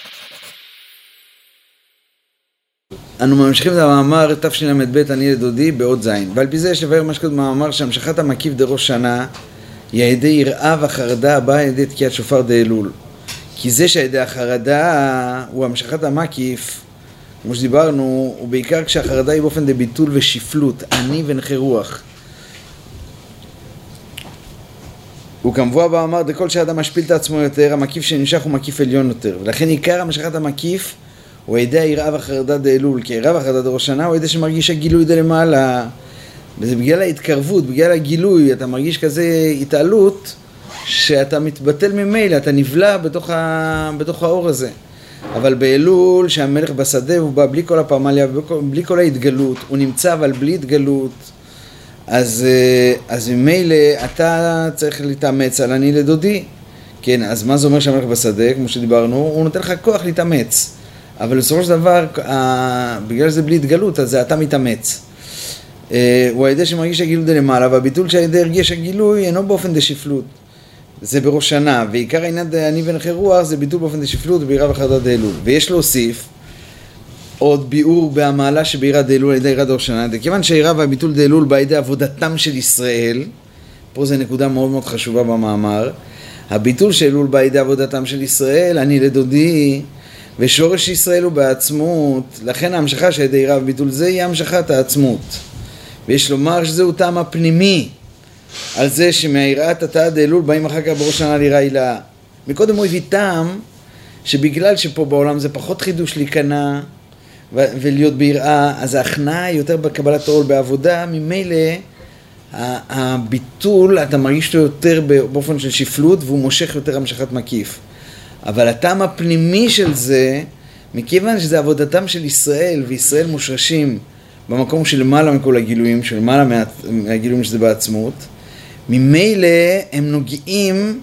אנו ממשיכים את המאמר תשל"ב אני לדודי בעוד זין, ועל פי זה יש לבאר מה שכתוב במאמר שהמשכת המקיף דראש שנה היא הידי יראה והחרדה הבאה הידי תקיעת שופר דאלול, כי זה שהידי החרדה הוא המשכת המקיף, כמו שדיברנו, ובעיקר כשהחרדה היא באופן דביטול ושפלות, עני ונחי רוח. וכמבוא במאמר דכל שאדם משפיל את עצמו יותר, המקיף שנמשך הוא מקיף עליון יותר, ולכן עיקר המשכת המקיף הוא הידי היראה והחרדה דאלול, כי היראה והחרדה דראש שנה הוא הידי שמרגיש הגילוי דלמעלה, וזה בגלל ההתקרבות, בגלל הגילוי, אתה מרגיש כזה התעלות שאתה מתבטל ממילא, אתה נבלע בתוך האור הזה. אבל באלול שהמלך בשדה הוא בא בלי כל הפרמליה, בלי כל ההתגלות, הוא נמצא אבל בלי התגלות, אז ממילא אתה צריך להתאמץ על אני לדודי. כן, אז מה זה אומר שהמלך בשדה? כמו שדיברנו, הוא נותן לך כוח להתאמץ, אבל בסופו של דבר, בגלל שזה בלי התגלות, אז אתה מתאמץ. הוא הידי שמרגיש הגילוי דלמעלה, והביטול שהידי הרגיש הגילוי אינו באופן דשפלות, זה בראש שנה, ועיקר העניין דעני ונחי רוח זה ביטול באופן דשפלות וביראה וחרדה דאלול. ויש להוסיף עוד ביאור במעלה שביראה דאלול על ידי יראה דראש שנה, כיוון שהיראה והביטול דאלול בא ידי עבודתם של ישראל, פה זה נקודה מאוד מאוד חשובה במאמר, הביטול של אלול בא ידי עבודתם של ישראל, אני לדודי, ושורש ישראל הוא בעצמות, לכן ההמשכה של ידי יראה וביטול זה היא המשכת העצמות. ויש לומר שזהו טעם הפנימי על זה שמהיראת התא דאלול באים אחר כך בראש שנה ליראה הילה. מקודם הוא הביא טעם שבגלל שפה בעולם זה פחות חידוש להיכנע ולהיות ביראה, אז ההכנעה היא יותר בקבלת העול בעבודה, ממילא הביטול אתה מרגיש לו יותר באופן של שפלות והוא מושך יותר המשכת מקיף. אבל הטעם הפנימי של זה, מכיוון שזה עבודתם של ישראל וישראל מושרשים במקום של למעלה מכל הגילויים, של למעלה מהגילויים שזה בעצמות, ממילא הם נוגעים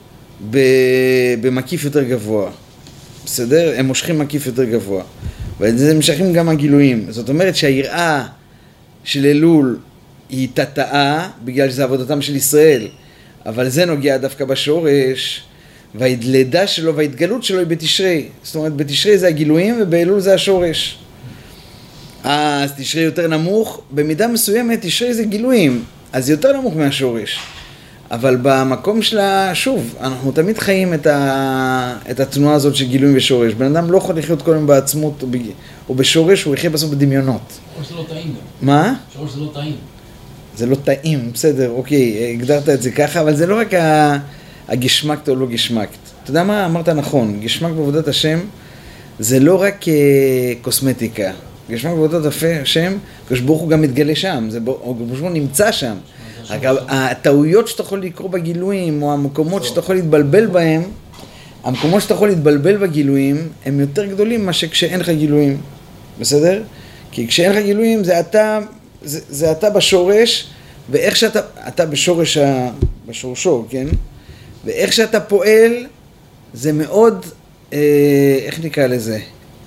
במקיף יותר גבוה. בסדר? הם מושכים מקיף יותר גבוה. וזה משכים גם הגילויים. זאת אומרת שהיראה של אלול היא תתאה בגלל שזה עבודתם של ישראל. אבל זה נוגע דווקא בשורש, וההדלדה שלו וההתגלות שלו היא בתשרי. זאת אומרת, בתשרי זה הגילויים ובאלול זה השורש. אז תשרי יותר נמוך, במידה מסוימת תשרי זה גילויים, אז זה יותר נמוך מהשורש. אבל במקום שלה, שוב, אנחנו תמיד חיים את התנועה הזאת של גילויים ושורש. בן אדם לא יכול לחיות כל יום בעצמות או בשורש, הוא יחיה בסוף בדמיונות. שורש זה לא טעים גם. מה? שורש זה לא טעים. זה לא טעים, בסדר, אוקיי, הגדרת את זה ככה, אבל זה לא רק הגשמקת או לא גשמקת. אתה יודע מה? אמרת נכון, גשמק בעבודת השם זה לא רק קוסמטיקה. גשמק בעבודת השם, הקדוש ברוך הוא גם מתגלה שם, הקדוש ברוך הוא נמצא שם. הטעויות שאתה יכול לקרוא בגילויים, או המקומות שאתה יכול להתבלבל בהם, המקומות שאתה יכול להתבלבל בגילויים, הם יותר גדולים מאשר כשאין לך גילויים. בסדר? כי כשאין לך גילויים, זה אתה בשורש, ואיך אתה בשורשו, כן? ואיך שאתה פועל, זה מאוד, איך נקרא לזה?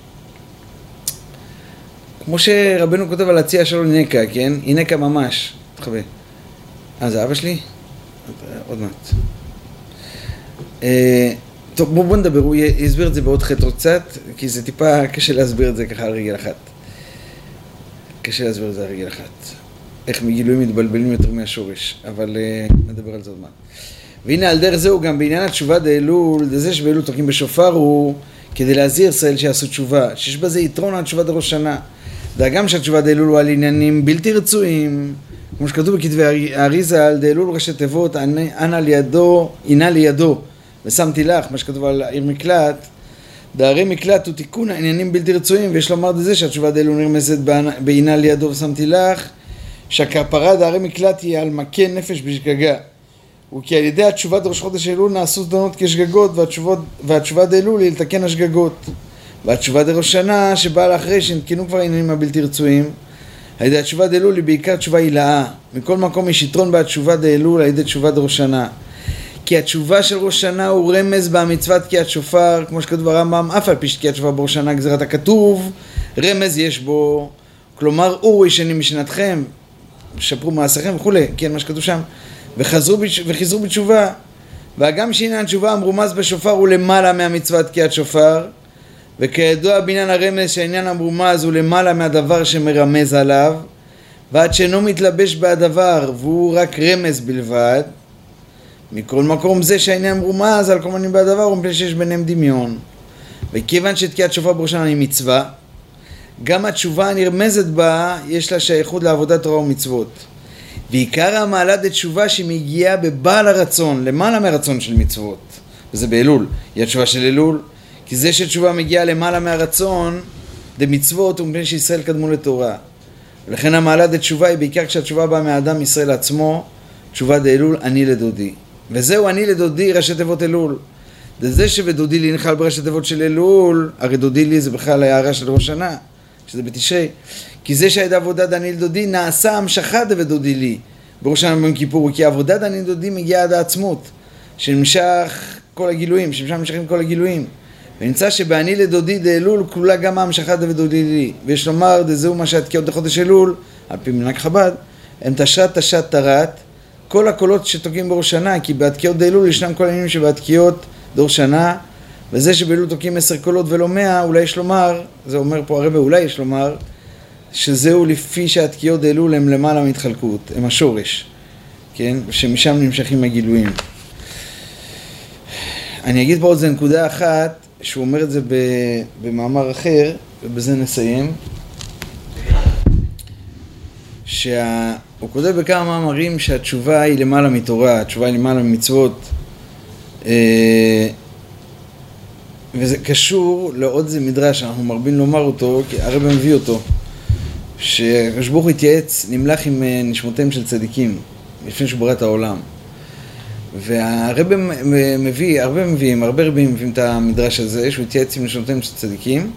כמו שרבנו כותב על הציע שלו אינקה, כן? אינקה ממש. תחווה. זה אבא שלי? עוד מעט. טוב, בוא נדבר, הוא יסביר את זה בעוד חטא קצת, כי זה טיפה קשה להסביר את זה ככה על רגל אחת. קשה להסביר את זה על רגל אחת. איך מגילויים מתבלבלים יותר מהשורש, אבל נדבר על זה עוד מעט. והנה על דרך זהו גם בעניין התשובה דאלול, זה שבאלול תוקעים בשופר הוא כדי להזהיר ישראל שיעשו תשובה, שיש בזה יתרון על תשובה דראש שנה. והגם שהתשובה דאלול הוא על עניינים בלתי רצויים, כמו שכתוב בכתבי האריזה על דאלול ראשי תיבות, עינה לידו, ושמתי לך, מה שכתוב על עיר מקלט, דערי מקלט הוא תיקון העניינים בלתי רצויים, ויש לומר בזה שהתשובה דאלול נרמזת בעינה לידו ושמתי לך, שהכפרה דערי מקלט היא על מכה נפש בשגגה. וכי על ידי התשובה דראש חודש אלול נעשו זדונות כשגגות, והתשובה דאלול היא לתקן השגגות. והתשובה דראש שנה שבאה לאחרי שנתקנו כבר העניינים הבלתי רצויים, על ידי התשובה דאלול היא בעיקר תשובה הילאה. מכל מקום יש יתרון בתשובה דאלול על ידי תשובה דראש שנה. כי התשובה של ראש שנה הוא רמז במצוות תקיעת שופר, כמו שכתוב ברמב"ם, אף על פי שתקיעת שופר בראש שנה גזירת הכתוב, רמז יש בו, כלומר אורו ישנים משנתכם, שפרו מעשיכם וכו', כן, מה שכתוב שם, וחזרו בתשובה. והגם שעניין התשובה המרומז בשופר הוא למעלה מהמצוות תקיעת שופר, וכידוע בעניין הרמז שהעניין המרומז הוא למעלה מהדבר שמרמז עליו, ועד שאינו מתלבש בהדבר והוא רק רמז בלבד, מכל מקום זה שהעניין מרומז על כל מיני בהדבר הוא מפני שיש ביניהם דמיון. וכיוון שתקיעת שופר בראש השנה היא מצווה, גם התשובה הנרמזת בה יש לה שייכות לעבודת תורה ומצוות. ועיקר המעלה דתשובה שהיא מגיעה בבעל הרצון, למעלה מהרצון של מצוות, וזה באלול, היא התשובה של אלול, כי זה שתשובה מגיעה למעלה מהרצון דמצוות ומפני שישראל קדמו לתורה. ולכן המעלה דתשובה היא בעיקר כשהתשובה באה מהאדם ישראל עצמו, תשובה דאלול אני לדודי. וזהו אני לדודי ראשי תיבות אלול. זה שבדודי לי נחל בראשי תיבות של אלול, הרי דודי לי זה בכלל הערה של ראש שנה, שזה בתשרי. כי זה שהייתה עבודת אני לדודי נעשה המשכה דודי לי בראש שנה ביום כיפור, כי עבודת אני לדודי מגיעה עד העצמות, שנמשך כל הגילויים, שמשם נמשכים כל הגילויים. ונמצא שבאני לדודי דאלול כולה גם המשכה דודי לי. ויש לומר, דזהו מה שהתקיעות לחודש אלול, על פי מנהג חב"ד, הם תשת תרת, כל הקולות שתוקעים בראש שנה, כי בהתקיעות דאלול ישנם כל העניינים שבהתקיעות דור שנה, וזה שבאלול תוקעים 10 קולות ולא 100, אולי יש לומר, זה אומר פה הרבה, אולי יש לומר, שזהו לפי שהתקיעות דאלול הם למעלה מהתחלקות, הם השורש, כן? שמשם נמשכים הגילויים. אני אגיד פה עוד זה נקודה אחת, שהוא אומר את זה במאמר אחר, ובזה נסיים, הוא כותב בכמה מאמרים שהתשובה היא למעלה מתורה, התשובה היא למעלה ממצוות, וזה קשור לעוד זה מדרש, אנחנו מרבים לומר אותו, כי הרב מביא אותו, שהקדוש ברוך הוא התייעץ, נמלך עם נשמותיהם של צדיקים, לפני שהוא ברא את העולם. והרב מביא, הרבה רבים מביאים את המדרש הזה, שהוא התייעץ עם נשמותיהם של צדיקים,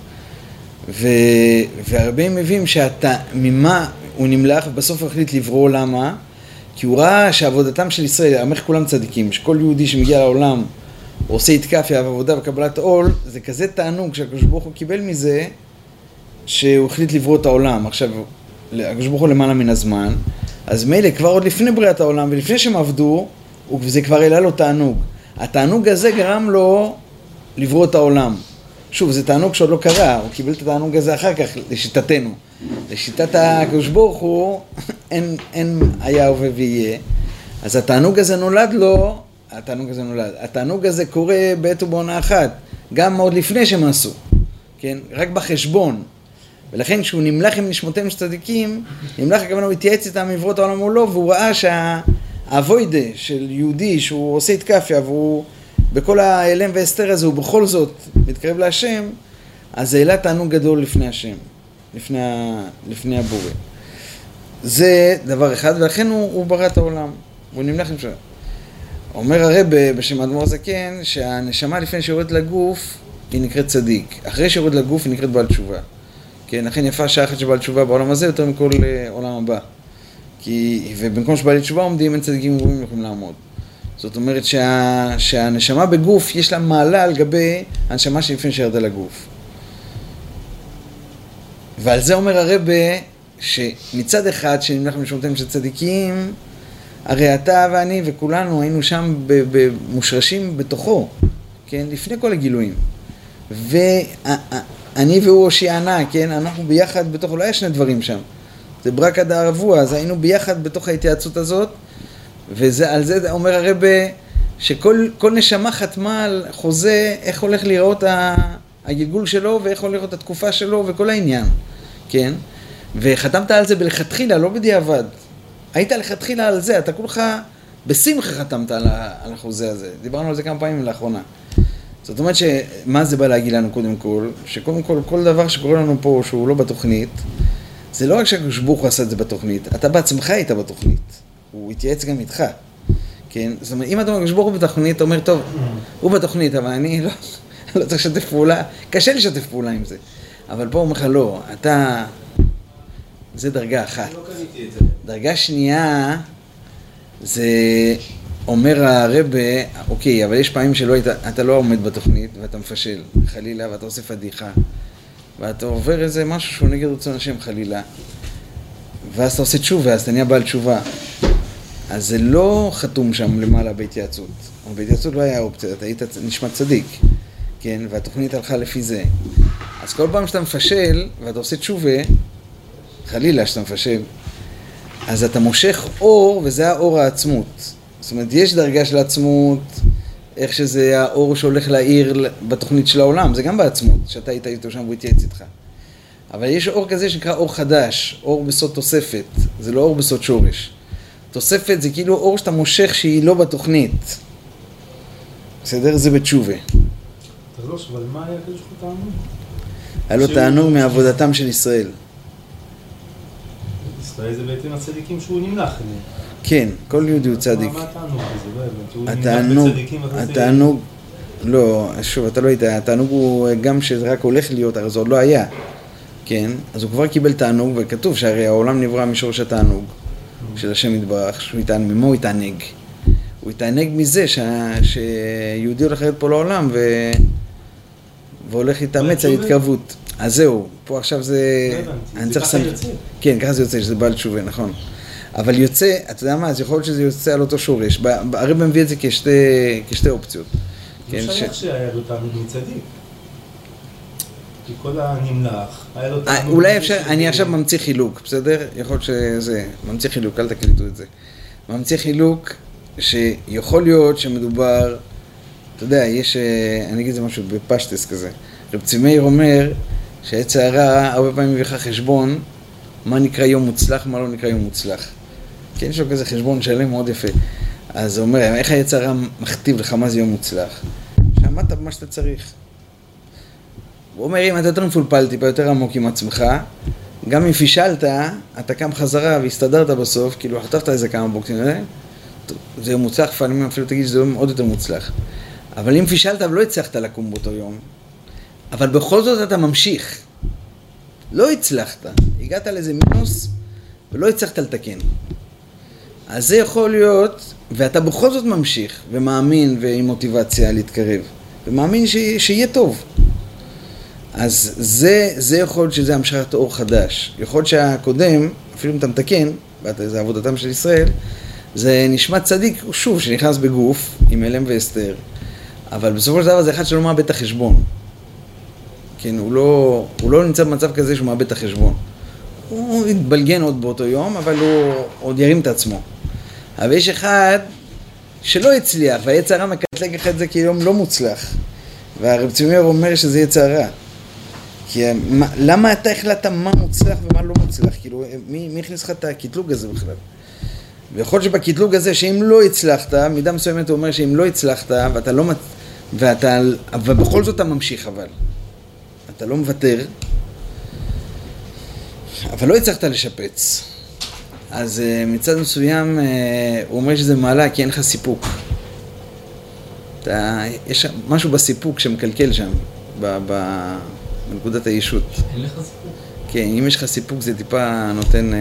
והרבים מביאים ממה הוא נמלך, ובסוף הוא החליט לברוא למה, כי הוא ראה שעבודתם של ישראל, עמך כולם צדיקים, שכל יהודי שמגיע לעולם, הוא עושה התקפיה ועבודה וקבלת עול, זה כזה תענוג שהקדוש ברוך הוא קיבל מזה, שהוא החליט לברוא את העולם. עכשיו, הקדוש ברוך הוא למעלה מן הזמן, אז מילא כבר עוד לפני בריאת העולם, ולפני שהם עבדו, וזה כבר העלה לו תענוג. התענוג הזה גרם לו לברוא את העולם. שוב, זה תענוג שעוד לא קרה, הוא קיבל את התענוג הזה אחר כך, לשיטתנו. לשיטת הקדוש ברוך הוא, אין היה הווה ויהיה. אז התענוג הזה נולד לו, התענוג הזה קורה בעת ובעונה אחת, גם עוד לפני שהם עשו, כן? רק בחשבון. ולכן כשהוא נמלך עם נשמותיהם של צדיקים, נמלך הכוונה הוא התייעץ איתם לברוא את העולם מולו, והוא ראה שהאבוידה של יהודי, שהוא עושה התקפיה, והוא בכל ההלם והסתר הזה, הוא בכל זאת מתקרב להשם, אז זה העלה תענוג גדול לפני השם, לפני הבורא. זה דבר אחד, ולכן הוא ברא את העולם, והוא נמלך עם שלו. אומר הרב בשם אדמו"ר הזקן, שהנשמה לפני שיורדת לגוף, היא נקראת צדיק. אחרי שיורדת לגוף, היא נקראת בעל תשובה. כן, לכן יפה שעה אחת שבעל תשובה בעולם הזה, יותר מכל עולם הבא. ובמקום שבעלי תשובה עומדים, אין צדיקים גבוהים יכולים לעמוד. זאת אומרת שהנשמה בגוף, יש לה מעלה על גבי הנשמה שלפני שירדה לגוף. ועל זה אומר הרב, שמצד אחד, שנמלך משמעותיהם של צדיקים, הרי אתה ואני וכולנו היינו שם מושרשים בתוכו, כן? לפני כל הגילויים. ואני והוא הושיענה, כן? אנחנו ביחד בתוכו, לא היה שני דברים שם. זה ברק עד הרבוע, אז היינו ביחד בתוך ההתייעצות הזאת, ועל זה אומר הרב שכל נשמה חתמה על חוזה איך הולך לראות הגלגול שלו, ואיך הולך לראות התקופה שלו וכל העניין, כן? וחתמת על זה בלכתחילה, לא בדיעבד. היית לכתחילה על זה, אתה כולך בשמחה חתמת על החוזה הזה. דיברנו על זה כמה פעמים לאחרונה. זאת אומרת שמה זה בא להגיד לנו קודם כל? שקודם כל, כל דבר שקורה לנו פה שהוא לא בתוכנית, זה לא רק שהקדוש ברוך הוא עשה את זה בתוכנית, אתה בעצמך היית בתוכנית. הוא התייעץ גם איתך. כן? זאת אומרת, אם אתה אומר, הקדוש ברוך הוא בתוכנית, אתה אומר, טוב, הוא בתוכנית, אבל אני לא צריך לשתף פעולה. קשה לשתף פעולה עם זה. אבל פה הוא אומר לך, לא, אתה... זה דרגה אחת. לא קניתי את זה. דרגה שנייה, זה אומר הרב, אוקיי, אבל יש פעמים שלא אתה לא עומד בתוכנית, ואתה מפשל, חלילה, ואתה עושה פדיחה, ואתה עובר איזה משהו שהוא נגד רצון השם, חלילה, ואז אתה עושה תשובה, אז אתה נהיה בעל תשובה. אז זה לא חתום שם למעלה בהתייעצות. אבל בהתייעצות לא היה אופציה, אתה היית נשמע צדיק, כן? והתוכנית הלכה לפי זה. אז כל פעם שאתה מפשל, ואתה עושה תשובה, חלילה שאתה מפשל, אז אתה מושך אור, וזה האור העצמות. זאת אומרת, יש דרגה של עצמות, איך שזה האור שהולך להעיר בתוכנית של העולם, זה גם בעצמות, שאתה היית איתו שם והוא התייעץ איתך. אבל יש אור כזה שנקרא אור חדש, אור בסוד תוספת, זה לא אור בסוד שורש. תוספת זה כאילו אור שאתה מושך שהיא לא בתוכנית. בסדר? זה בתשובה. תגלוש, אבל מה היה כזה שלך תענוג? היה לו תענוג מעבודתם של ישראל. ישראל זה בעצם הצדיקים שהוא נמלך אליהם. כן, כל יהודי הוא צדיק. מה התענוג הזה? לא הבנתי. התענוג, לא, שוב, אתה לא היית, התענוג הוא גם שזה רק הולך להיות, הרי זה עוד לא היה. כן, אז הוא כבר קיבל תענוג, וכתוב שהרי העולם נברא משורש התענוג של השם יתברך, שהוא יתענג, ממה הוא יתענג? הוא יתענג מזה שיהודי הולך להיות פה לעולם והולך להתאמץ על התקרבות. אז זהו, פה עכשיו זה... זה ככה יוצא. כן, ככה זה יוצא, שזה בעל תשובה, נכון. אבל יוצא, אתה יודע מה, אז יכול להיות שזה יוצא על אותו שורש. הרב מביא את זה כשתי אופציות. לא שייך שהיה לו תענוג מצדיק. כי כל הנמלך, היה לו תענוג... אולי אפשר, אני עכשיו ממציא חילוק, בסדר? יכול להיות שזה, ממציא חילוק, אל תקליטו את זה. ממציא חילוק שיכול להיות שמדובר, אתה יודע, יש, אני אגיד זה משהו בפשטס כזה. רב צימאיר אומר שהעץ הרע הרבה פעמים מביא לך חשבון מה נקרא יום מוצלח, מה לא נקרא יום מוצלח. כן, יש לו כזה חשבון שלם מאוד יפה. אז הוא אומר, איך העץ הרע מכתיב לך מה זה יום מוצלח? שעמדת במה שאתה צריך. הוא אומר, אם אתה יותר מפולפל טיפה, יותר עמוק עם עצמך, גם אם פישלת, אתה קם חזרה והסתדרת בסוף, כאילו חטפת איזה כמה בוקסים, זה יום מוצלח, לפעמים אפילו תגיד שזה יום עוד יותר מוצלח. אבל אם פישלת ולא הצלחת לקום באותו יום, אבל בכל זאת אתה ממשיך. לא הצלחת, הגעת לאיזה מינוס ולא הצלחת לתקן. אז זה יכול להיות, ואתה בכל זאת ממשיך ומאמין ועם מוטיבציה להתקרב, ומאמין שיהיה טוב. אז זה יכול להיות שזה המשכת אור חדש. יכול להיות שהקודם, אפילו אם אתה מתקן, זה עבודתם של ישראל, זה נשמע צדיק, שוב, שנכנס בגוף עם אלם ואסתר, אבל בסופו של דבר זה אחד שלא מאבד את החשבון. כן, הוא לא נמצא במצב כזה שהוא מאבד את החשבון. הוא יתבלגן עוד באותו יום, אבל הוא עוד ירים את עצמו. אבל יש אחד שלא הצליח, והעץ הרע מקטלג לך את זה כיום לא מוצלח. והרב צימאיר אומר שזה עץ הרע. כי למה אתה החלטת מה מוצלח ומה לא מוצלח? כאילו, מי הכניס לך את הקטלוג הזה בכלל? ויכול להיות שבקטלוג הזה, שאם לא הצלחת, מידה מסוימת הוא אומר שאם לא הצלחת, ובכל זאת אתה ממשיך אבל. אתה לא מוותר, אבל לא הצלחת לשפץ. אז מצד מסוים הוא אומר שזה מעלה כי אין לך סיפוק. יש משהו בסיפוק שמקלקל שם, בנקודת הישות. אין לך סיפוק? כן, אם יש לך סיפוק זה טיפה נותן,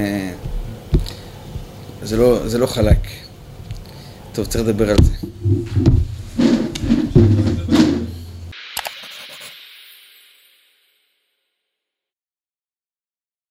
זה לא חלק. טוב, צריך לדבר על זה.